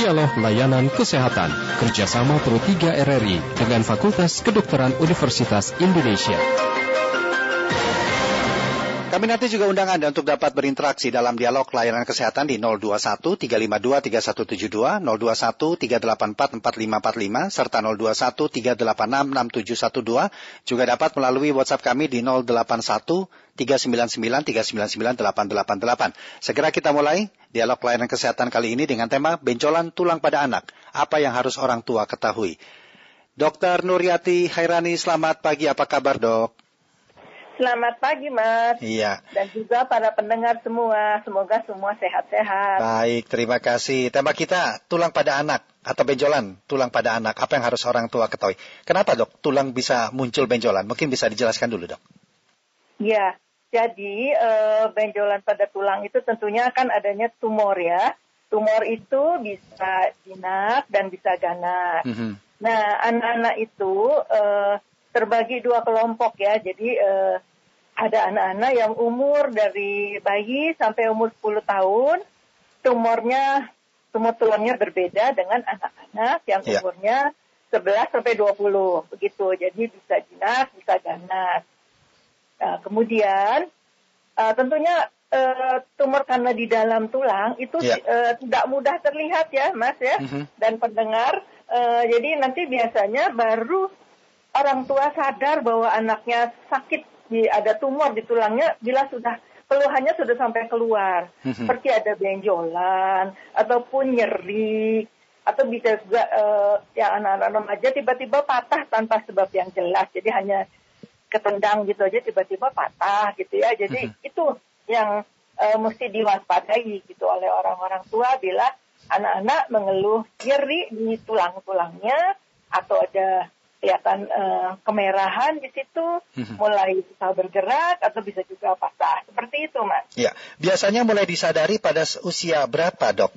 Dialog Layanan Kesehatan kerjasama Pro 3 RRI dengan Fakultas Kedokteran Universitas Indonesia. Kami nanti juga undang Anda untuk dapat berinteraksi dalam dialog layanan kesehatan di 021 352 3172, 021 384 4545, serta 021 386 6712. Juga dapat melalui WhatsApp kami di 081 399 399 888. Segera kita mulai dialog layanan kesehatan kali ini dengan tema benjolan tulang pada anak. Apa yang harus orang tua ketahui? Dr. Nuryati Hairani, selamat pagi. Apa kabar, Dok? Selamat pagi, Mas. Iya. Dan juga para pendengar semua. Semoga semua sehat-sehat. Baik, terima kasih. Tema kita, tulang pada anak atau benjolan tulang pada anak. Apa yang harus orang tua ketahui? Kenapa, Dok, tulang bisa muncul benjolan? Mungkin bisa dijelaskan dulu, Dok. Ya, jadi benjolan pada tulang itu tentunya kan adanya tumor ya. Tumor itu bisa jinak dan bisa ganas. Nah, anak-anak itu terbagi dua kelompok ya. Jadi ada anak-anak yang umur dari bayi sampai umur 10 tahun, tumor tulangnya berbeda dengan anak-anak yang umurnya 11 sampai 20 begitu. Jadi bisa jinak, bisa ganas. Nah, kemudian tentunya tumor karena di dalam tulang itu tidak mudah terlihat ya, Mas ya, dan pendengar. Jadi nanti biasanya baru orang tua sadar bahwa anaknya sakit, ada tumor di tulangnya bila keluhannya sudah sampai keluar. Seperti ada benjolan, ataupun nyeri, atau bisa juga yang anak-anak remaja tiba-tiba patah tanpa sebab yang jelas. Jadi hanya ketendang gitu aja tiba-tiba patah gitu ya. Jadi itu yang mesti diwaspadai gitu oleh orang-orang tua bila anak-anak mengeluh nyeri di tulang-tulangnya atau ada kelihatan kemerahan di situ, mulai susah bergerak atau bisa juga patah. Seperti itu, Mas. Ya, biasanya mulai disadari pada usia berapa, Dok?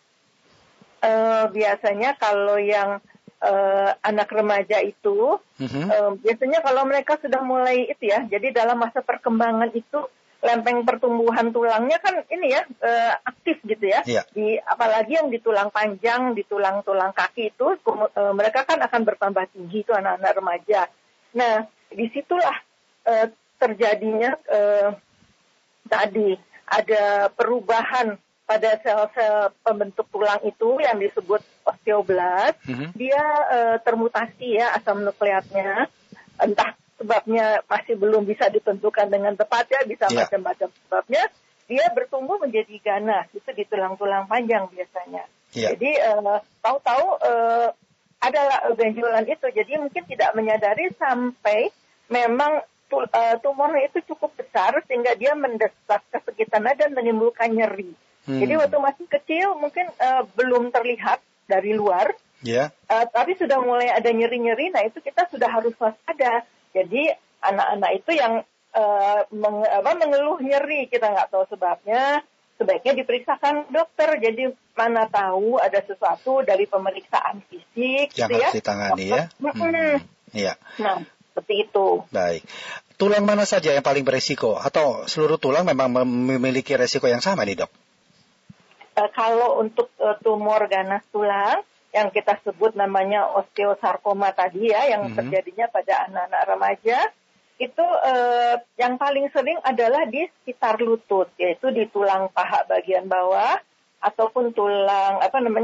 Biasanya kalau yang anak remaja itu, biasanya kalau mereka sudah mulai itu ya, jadi dalam masa perkembangan itu lempeng pertumbuhan tulangnya kan ini ya aktif gitu ya. Apalagi yang di tulang panjang, di tulang-tulang kaki itu mereka kan akan bertambah tinggi itu anak-anak remaja. Nah, disitulah terjadinya tadi ada perubahan pada sel-sel pembentuk tulang itu yang disebut osteoblast. Dia termutasi ya asam nukleatnya, entah sebabnya masih belum bisa ditentukan dengan tepat ya, bisa macam-macam sebabnya. Dia bertumbuh menjadi ganas, itu di tulang-tulang panjang biasanya. Jadi tahu-tahu adalah benjolan itu, jadi mungkin tidak menyadari sampai memang tumornya itu cukup besar sehingga dia mendesak ke sekitar dan menimbulkan nyeri. Jadi waktu masih kecil mungkin belum terlihat dari luar, tapi sudah mulai ada nyeri-nyeri, nah itu kita sudah harus waspada. Jadi anak-anak itu yang mengeluh nyeri, kita nggak tahu sebabnya, sebaiknya diperiksakan dokter. Jadi mana tahu ada sesuatu dari pemeriksaan fisik yang gitu harus ditangani ya. Nah, seperti itu. Baik. Tulang mana saja yang paling beresiko? Atau seluruh tulang memang memiliki resiko yang sama nih, Dok? Kalau untuk tumor ganas tulang, yang kita sebut namanya osteosarkoma tadi ya, yang terjadinya pada anak-anak remaja, itu yang paling sering adalah di sekitar lutut, yaitu di tulang paha bagian bawah, ataupun tulang,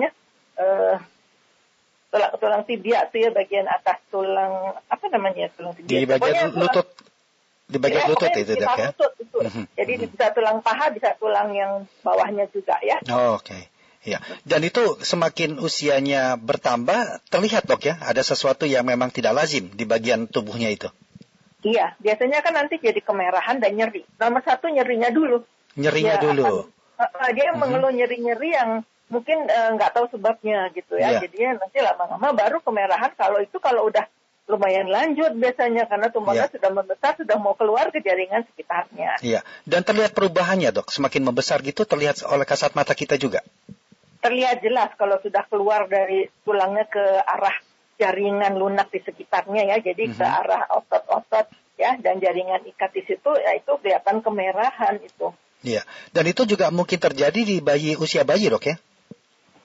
tulang tibia itu ya, bagian atas tulang, tulang tibia. Di bagian lutut. Di bagian lutut itu, Dok ya? Lutut, itu. Jadi bisa tulang paha, bisa tulang yang bawahnya juga ya. Oke. Ya, dan itu semakin usianya bertambah, terlihat, Dok ya, ada sesuatu yang memang tidak lazim di bagian tubuhnya itu. Iya, biasanya kan nanti jadi kemerahan dan nyeri. Nomor satu nyerinya dulu. Nyerinya dulu. Dia mengeluh nyeri-nyeri yang mungkin nggak tahu sebabnya gitu ya. Jadinya nanti lama-lama baru kemerahan. Kalau udah lumayan lanjut biasanya karena tumornya sudah membesar, sudah mau keluar ke jaringan sekitarnya. Iya, dan terlihat perubahannya, Dok, semakin membesar gitu terlihat oleh kasat mata kita juga. Terlihat jelas kalau sudah keluar dari tulangnya ke arah jaringan lunak di sekitarnya ya, jadi ke arah otot-otot ya, dan jaringan ikat di situ, ya itu kelihatan kemerahan itu. Iya, dan itu juga mungkin terjadi di usia bayi, Dok ya?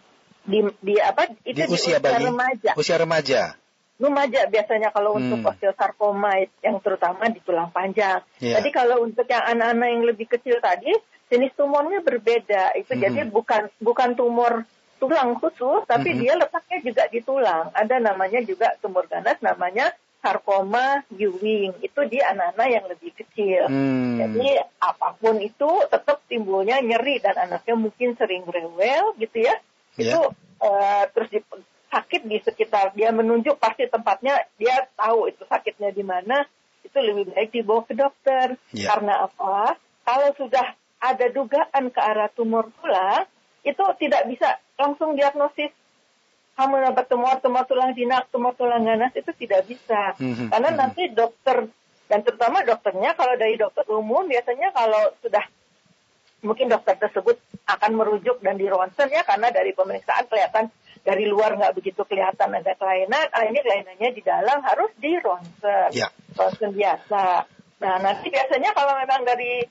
di apa? Itu di usia bayi, remaja. Usia remaja. Remaja biasanya kalau untuk osteosarkoma yang terutama di tulang panjang. Yeah. Jadi kalau untuk yang anak-anak yang lebih kecil tadi, jenis tumornya berbeda. Itu jadi bukan tumor tulang khusus, tapi dia letaknya juga di tulang. Ada namanya juga tumor ganas, namanya sarkoma Ewing. Itu di anak-anak yang lebih kecil. Jadi apapun itu tetap timbulnya nyeri dan anaknya mungkin sering rewel gitu ya. Yeah. Itu terus sakit di sekitar dia, menunjuk pasti tempatnya, dia tahu itu sakitnya di mana, itu lebih baik dibawa ke dokter. Yeah. Karena apa? Kalau sudah ada dugaan ke arah tumor tulang, itu tidak bisa langsung diagnosis kamu dapat tumor tulang jinak, tumor tulang ganas, itu tidak bisa. Karena nanti dokter, dan terutama dokternya, kalau dari dokter umum biasanya kalau sudah mungkin dokter tersebut akan merujuk dan di ronsen ya, karena dari pemeriksaan kelihatan dari luar nggak begitu kelihatan ada kelainan, ini kelainannya di dalam harus di ronsen, ronsen biasa. Nah nanti biasanya kalau memang dari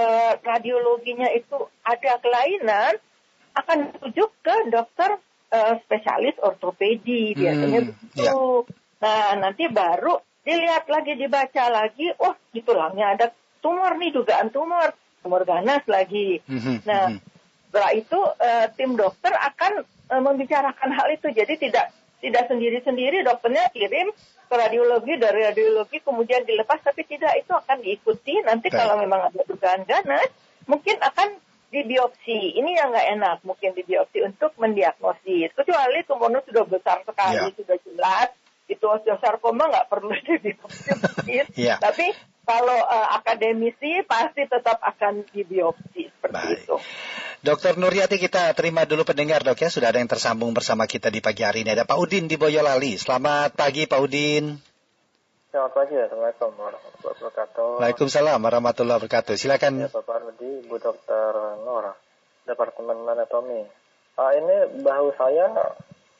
radiologinya itu ada kelainan, akan dirujuk ke dokter spesialis ortopedi biasanya begitu. Nah nanti baru dilihat lagi, dibaca lagi, oh di tulangnya ada tumor nih, dugaan tumor ganas lagi. Nah setelah itu tim dokter akan membicarakan hal itu. Jadi tidak sendiri-sendiri, dokternya kirim ke radiologi, dari radiologi kemudian dilepas, tapi tidak, itu akan diikuti. Nanti kalau memang ada dugaan ganas, mungkin akan dibiopsi. Ini yang nggak enak, mungkin dibiopsi untuk mendiagnosis. Kecuali tumornya sudah besar sekali, sudah jelas, itu osteosarkoma nggak perlu dibiopsi. Tapi kalau akademisi pasti tetap akan dibiopsi seperti itu. Dokter Nuryati, kita terima dulu pendengar, Dok ya. Sudah ada yang tersambung bersama kita di pagi hari ini. Ada Pak Udin di Boyolali. Selamat pagi Pak Udin. Selamat pagi, Assalamualaikum warahmatullahi wabarakatuh. Waalaikumsalam warahmatullahi wabarakatuh. Silakan. Ya, Bapak Armadi, Bu Dokter Nora, Departemen Anatomi. Ini bahu saya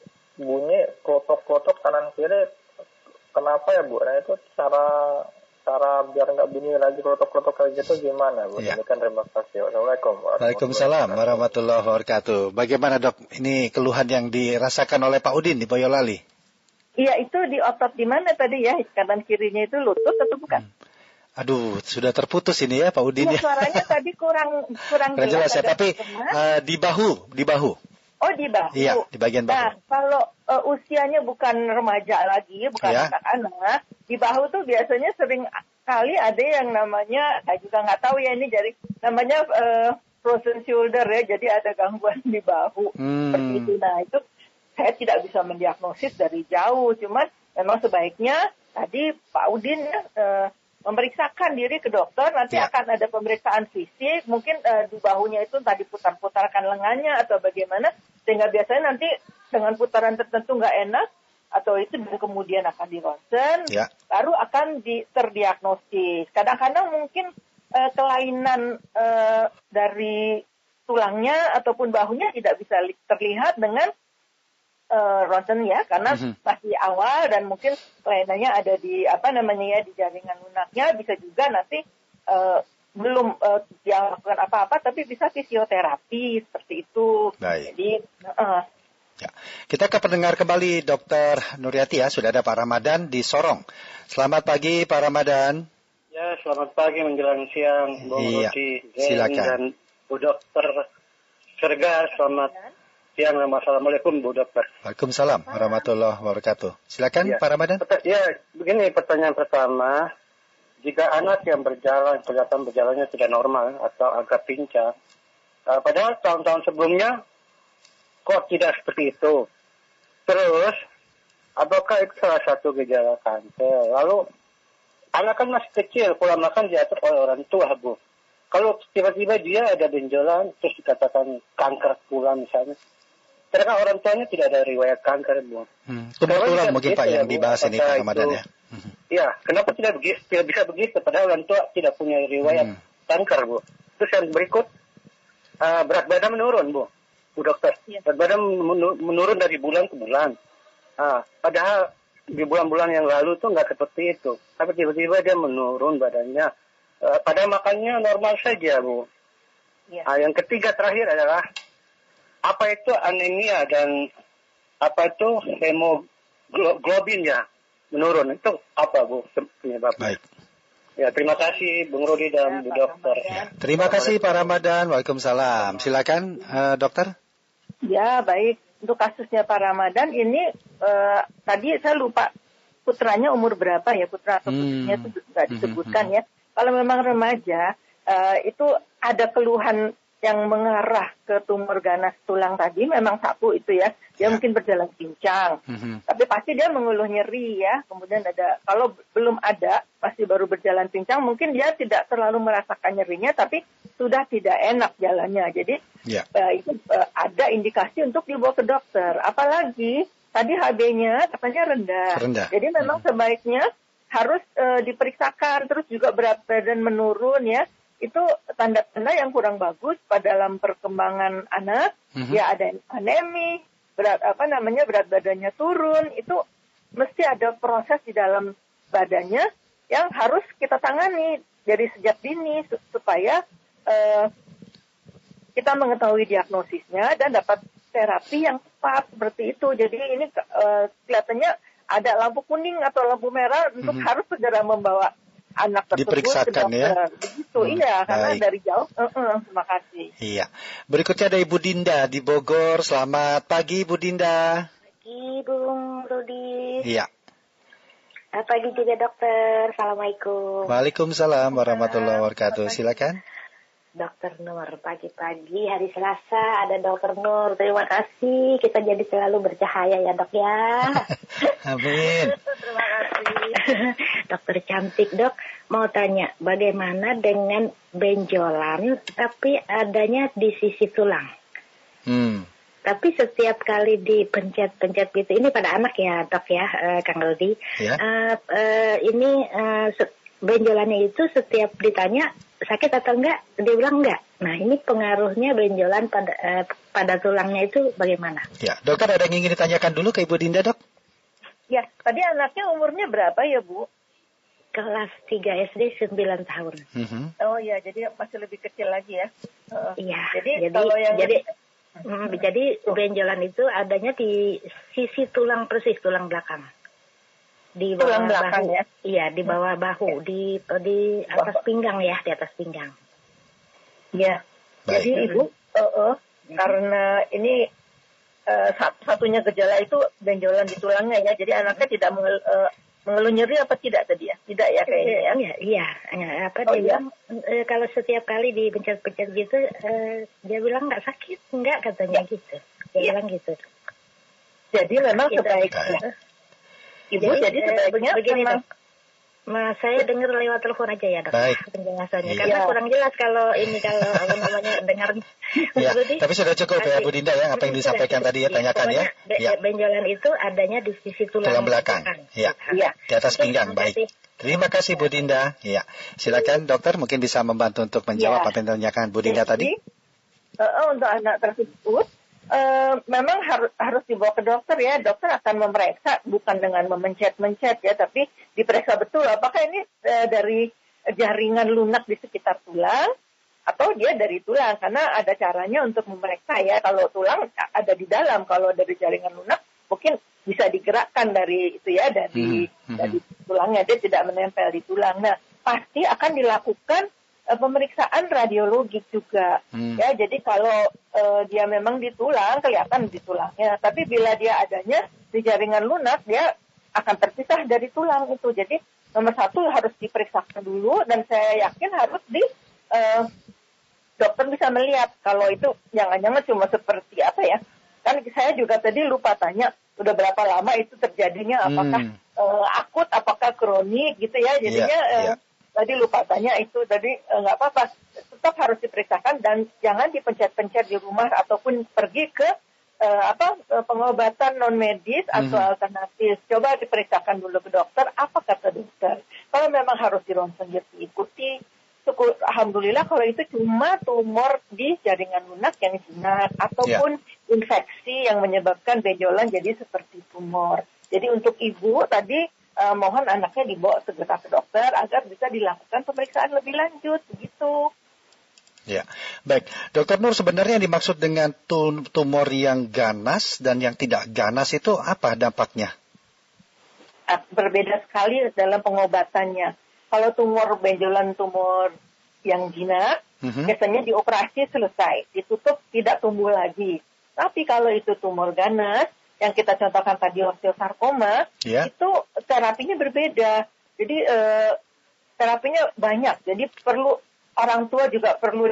bunyi klotok-klotok kanan kiri. Kenapa ya Bu? Nah itu cara biar nggak bunyi lagi klotok-klotok kayak gitu gimana Bu? Ini kan terima kasih. Assalamualaikum. Waalaikumsalam warahmatullahi wabarakatuh. Bagaimana Dok? Ini keluhan yang dirasakan oleh Pak Udin di Boyolali. Iya, itu di otot di mana tadi ya? Kanan kirinya itu lutut atau bukan? Aduh, sudah terputus ini ya Pak Udin ya. Suaranya tadi kurang jelas ya, tapi di bahu. Oh, di bahu. Iya, di bagian bahu. Nah, kalau usianya bukan remaja lagi, bukan anak-anak, di bahu tuh biasanya sering kali ada yang namanya, saya juga nggak tahu ya ini, jadi namanya frozen shoulder ya, jadi ada gangguan di bahu. Seperti itu. Nah, itu saya tidak bisa mendiagnosis dari jauh, cuman memang sebaiknya tadi Pak Udin memeriksakan diri ke dokter, nanti akan ada pemeriksaan fisik, mungkin di bahunya itu tadi putar-putarkan lengannya atau bagaimana, sehingga biasanya nanti dengan putaran tertentu nggak enak, atau itu dan kemudian akan di ronsen, baru akan terdiagnosis. Kadang-kadang mungkin kelainan dari tulangnya ataupun bahunya tidak bisa terlihat dengan ronsen ya, karena masih awal dan mungkin kelainannya ada di di jaringan lunaknya, bisa juga nanti belum dia lakukan apa-apa, tapi bisa fisioterapi seperti itu. Baik. Jadi kita ke pendengar kembali Dokter Nuryati ya, sudah ada Pak Ramadan di Sorong. Selamat pagi Pak Ramadan. Ya, selamat pagi menjelang siang Bung Rudi, silakan. Dan Bu Dokter Serga, selamat siang. Assalamualaikum Bu Dokter. Waalaikumsalam warahmatullahi wabarakatuh. Silakan Pak Ramadan. Ya, begini pertanyaan pertama. Jika anak yang kelihatan berjalannya tidak normal atau agak pincang, padahal tahun-tahun sebelumnya kok tidak seperti itu. Terus, apakah itu salah satu gejala kanker? Lalu, anak kan masih kecil, pola makan diatur oleh orang tua, Bu. Kalau tiba-tiba dia ada benjolan, terus dikatakan kanker tulang misalnya, karena orang tuanya tidak ada riwayat kanker, Bu. Tumor tulang mungkin Pak yang dibahas ini Pak Ramadan ya. Iya, kenapa tidak bisa begitu? Padahal orang tua tidak punya riwayat kanker, Bu. Terus yang berikut, berat badan menurun, Bu Dokter. Berat badan menurun dari bulan ke bulan. Padahal di bulan-bulan yang lalu tuh nggak seperti itu. Tapi tiba-tiba dia menurun badannya. Padahal makannya normal saja, Bu. Yang ketiga terakhir adalah apa itu anemia dan apa itu hemoglobinnya menurun? Itu apa Bu penyebabnya? Baik. Ya, terima kasih Bung Rudi dan Bu Dokter. Terima kasih Pak Ramadan. Waalaikumsalam. Silakan Dokter. Ya, baik. Untuk kasusnya Pak Ramadan ini tadi saya lupa putranya umur berapa ya, putra atau putrinya itu nggak disebutkan ya. Kalau memang remaja itu ada keluhan yang mengarah ke tumor ganas tulang tadi, memang satu itu ya. Dia mungkin berjalan pincang, tapi pasti dia mengeluh nyeri ya. Kemudian ada, kalau belum ada, pasti baru berjalan pincang, mungkin dia tidak terlalu merasakan nyerinya, tapi sudah tidak enak jalannya. Jadi itu ada indikasi untuk dibawa ke dokter. Apalagi tadi HB-nya katanya rendah. Jadi memang sebaiknya harus diperiksakan, terus juga berat badan menurun ya. Itu tanda-tanda yang kurang bagus pada dalam perkembangan anak. Ya ada anemi, berat badannya turun, itu mesti ada proses di dalam badannya yang harus kita tangani dari sejak dini supaya kita mengetahui diagnosisnya dan dapat terapi yang tepat seperti itu. Jadi ini kelihatannya ada lampu kuning atau lampu merah untuk harus segera membawa anak tersebut diperiksakan ke dokter. Ya. Begitu, iya, karena dari jauh. Terima kasih. Iya. Berikutnya ada Ibu Dinda di Bogor. Selamat pagi, Ibu Dinda. Pagi, Bung Rudi. Iya. Pagi juga dokter. Assalamualaikum. Waalaikumsalam warahmatullahi wabarakatuh. Silakan. Dokter Nur, pagi-pagi hari Selasa ada Dokter Nur. Terima kasih. Kita jadi selalu bercahaya ya dok ya. Amin. Terima kasih. Dokter cantik dok, mau tanya bagaimana dengan benjolan tapi adanya di sisi tulang? Tapi setiap kali dipencet-pencet gitu, ini pada anak ya dok ya, Kang Rudi. Ya. Benjolannya itu setiap ditanya sakit atau enggak, dia bilang enggak. Nah ini pengaruhnya benjolan pada tulangnya itu bagaimana? Ya, dokter ada yang ingin ditanyakan dulu ke Ibu Dinda dok? Ya, tadi anaknya umurnya berapa ya Bu? Kelas 3 SD 9 tahun. Oh ya, jadi masih lebih kecil lagi ya. Iya. Jadi benjolan itu adanya di sisi tulang persis, tulang belakang. Di bawah tulang belakang bahu. Ya? Iya, di bawah bahu, di atas pinggang ya, di atas pinggang. Ya. Jadi Ibu, karena ini satunya gejala itu benjolan di tulangnya ya. Jadi anaknya tidak mengeluh nyeri apa tidak tadi ya? Tidak ya kayaknya ya? Iya. Dia bilang kalau setiap kali dipencet-pencet gitu, dia bilang nggak sakit, nggak katanya gitu. Dia bilang gitu. Jadi memang sebaiknya. Ibu, jadi sebaiknya begini dok. Saya dengar lewat telepon aja ya dok. Baik. Penjelasannya karena kurang jelas kalau dengar. Ya, tapi sudah cukup ya Bu Dinda ya apa yang disampaikan tadi ya, tanyakan ya. Benjolan itu adanya di sisi tulang belakang. Ya. Di atas pinggang. Baik. Terima kasih Bu Dinda. Ya. Silakan dokter mungkin bisa membantu untuk menjawab apa yang ditanyakan Bu Dinda tadi. Untuk anak tersebut memang harus dibawa ke dokter ya. Dokter akan memeriksa bukan dengan memencet-mencet ya, tapi diperiksa betul apakah ini dari jaringan lunak di sekitar tulang atau dia dari tulang, karena ada caranya untuk memeriksa ya. Kalau tulang ada di dalam, kalau dari jaringan lunak mungkin bisa digerakkan dari itu ya, dari tulangnya, dia tidak menempel di tulang. Nah, pasti akan dilakukan pemeriksaan radiologik juga ya. Jadi kalau dia memang di tulang, kelihatan di tulangnya, tapi bila dia adanya di jaringan lunak, dia akan terpisah dari tulang itu. Jadi nomor satu harus diperiksakan dulu, dan saya yakin harus dokter bisa melihat kalau itu jangan-jangan cuma seperti apa ya. Kan saya juga tadi lupa tanya udah berapa lama itu terjadinya, apakah akut, apakah kronik gitu ya. Jadinya tadi lupa tanya itu, tadi nggak apa-apa, tetap harus diperiksakan dan jangan dipencet-pencet di rumah ataupun pergi ke pengobatan non medis atau alternatif. Coba diperiksakan dulu ke dokter, apa kata dokter. Kalau memang harus dironsen, diikuti. Alhamdulillah kalau itu cuma tumor di jaringan lunak yang jinak ataupun infeksi yang menyebabkan benjolan jadi seperti tumor. Jadi untuk ibu tadi mohon anaknya dibawa segera ke dokter agar bisa dilakukan pemeriksaan lebih lanjut begitu. Ya, baik. Dokter Nur, sebenarnya yang dimaksud dengan tumor yang ganas dan yang tidak ganas itu apa dampaknya? Berbeda sekali dalam pengobatannya. Kalau tumor benjolan, tumor yang jinak, biasanya dioperasi selesai, ditutup tidak tumbuh lagi. Tapi kalau itu tumor ganas, yang kita contohkan tadi osteosarkoma, itu terapinya berbeda. Jadi terapinya banyak. Jadi orang tua juga perlu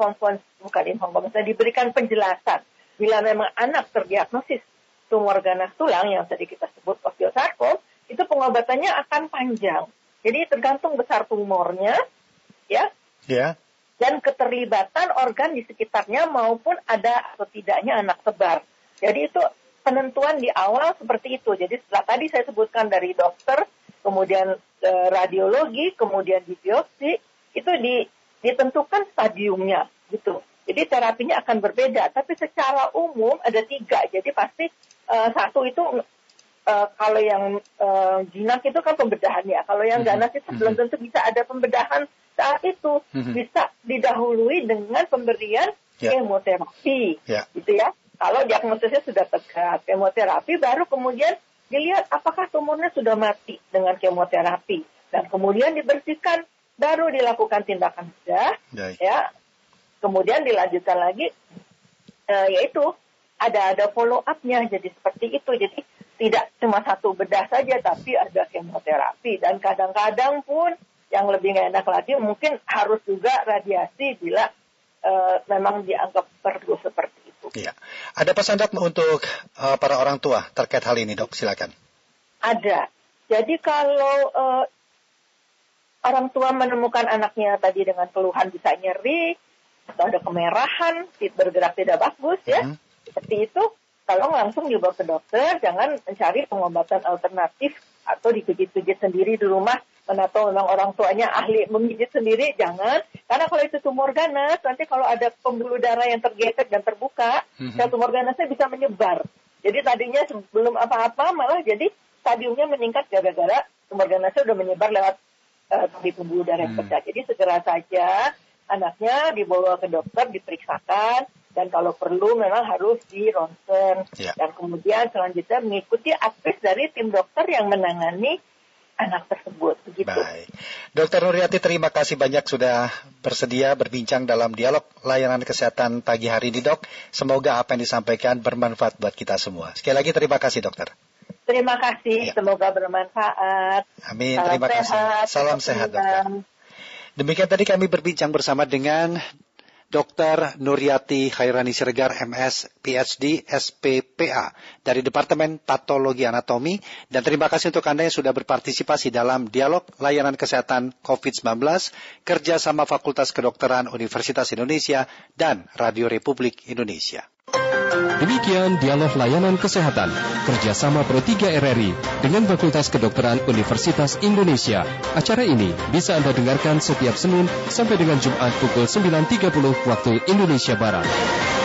diberikan penjelasan. Bila memang anak terdiagnosis tumor ganas tulang yang tadi kita sebut osteosarkom, itu pengobatannya akan panjang. Jadi tergantung besar tumornya, ya. Dan keterlibatan organ di sekitarnya maupun ada atau tidaknya anak tebar. Jadi itu penentuan di awal seperti itu. Jadi setelah tadi saya sebutkan dari dokter, kemudian radiologi, kemudian di biopsi, itu ditentukan stadiumnya gitu. Jadi terapinya akan berbeda. Tapi secara umum ada 3. Jadi pasti satu itu kalau yang jinak itu kan pembedahannya. Kalau yang ganas itu belum tentu bisa ada pembedahan saat itu. Bisa didahului dengan pemberian kemoterapi, gitu ya. Kalau diagnosisnya sudah tegak, kemoterapi baru kemudian dilihat apakah tumornya sudah mati dengan kemoterapi dan kemudian dibersihkan, baru dilakukan tindakan bedah, ya. Kemudian dilanjutkan lagi, yaitu ada follow up-nya. Jadi seperti itu. Jadi tidak cuma satu bedah saja, tapi ada kemoterapi dan kadang-kadang pun yang lebih nggak enak lagi mungkin harus juga radiasi bila memang dianggap perlu seperti itu. Iya. Ada pesan dok untuk para orang tua terkait hal ini, dok? Silakan. Ada. Jadi kalau orang tua menemukan anaknya tadi dengan keluhan bisa nyeri atau ada kemerahan, bergerak tidak bagus, ya, seperti itu, tolong langsung dibawa ke dokter. Jangan mencari pengobatan alternatif atau dipijit-pijit sendiri di rumah. Atau memang orang tuanya ahli memijit sendiri, jangan. Karena kalau itu tumor ganas, nanti kalau ada pembuluh darah yang tergesek dan terbuka, sel tumor ganasnya bisa menyebar. Jadi tadinya sebelum apa-apa malah jadi stadiumnya meningkat gara-gara tumor ganasnya sudah menyebar lewat di pembuluh darah yang pecah. Jadi segera saja anaknya dibawa ke dokter, diperiksakan, dan kalau perlu memang harus di ronsen. Dan kemudian selanjutnya mengikuti advice dari tim dokter yang menangani anak tersebut. Begitu. Baik. Dokter Nuryati, terima kasih banyak sudah bersedia berbincang dalam dialog layanan kesehatan pagi hari ini, dok. Semoga apa yang disampaikan bermanfaat buat kita semua. Sekali lagi terima kasih, dokter. Terima kasih, semoga bermanfaat. Amin, terima kasih. Salam sehat, dokter. Demikian tadi kami berbincang bersama dengan Dr. Nuryati Khairani Siregar, MS, PhD, SPPA dari Departemen Patologi Anatomi. Dan terima kasih untuk Anda yang sudah berpartisipasi dalam dialog layanan kesehatan COVID-19 kerjasama Fakultas Kedokteran Universitas Indonesia dan Radio Republik Indonesia. Demikian dialog layanan kesehatan kerjasama Pro 3 RRI dengan Fakultas Kedokteran Universitas Indonesia. Acara ini bisa Anda dengarkan setiap Senin sampai dengan Jumat pukul 9.30 waktu Indonesia Barat.